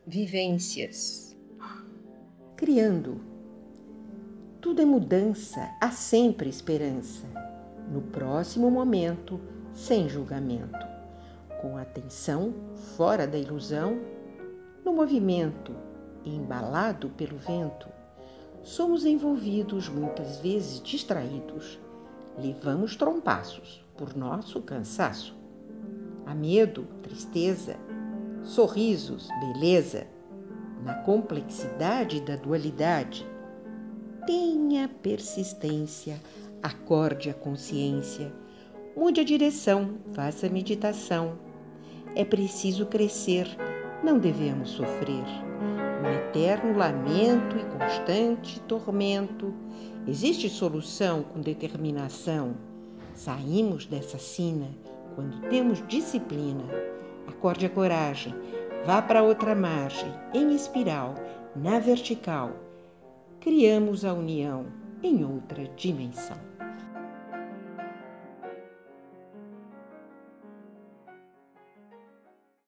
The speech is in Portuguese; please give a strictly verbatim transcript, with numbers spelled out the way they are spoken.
Vivências. Criando. Tudo é mudança, há sempre esperança. No próximo momento, sem julgamento. Com atenção, fora da ilusão, no movimento, embalado pelo vento. Somos envolvidos, muitas vezes distraídos. Levamos trompaços por nosso cansaço. Há medo, tristeza, sorrisos, beleza, na complexidade da dualidade. Tenha persistência, acorde a consciência, mude a direção, faça meditação. É preciso crescer, não devemos sofrer. No eterno lamento e constante tormento, existe solução com determinação. Saímos dessa sina quando temos disciplina. Acorde a coragem, vá para outra margem, em espiral, na vertical. Criamos a união em outra dimensão.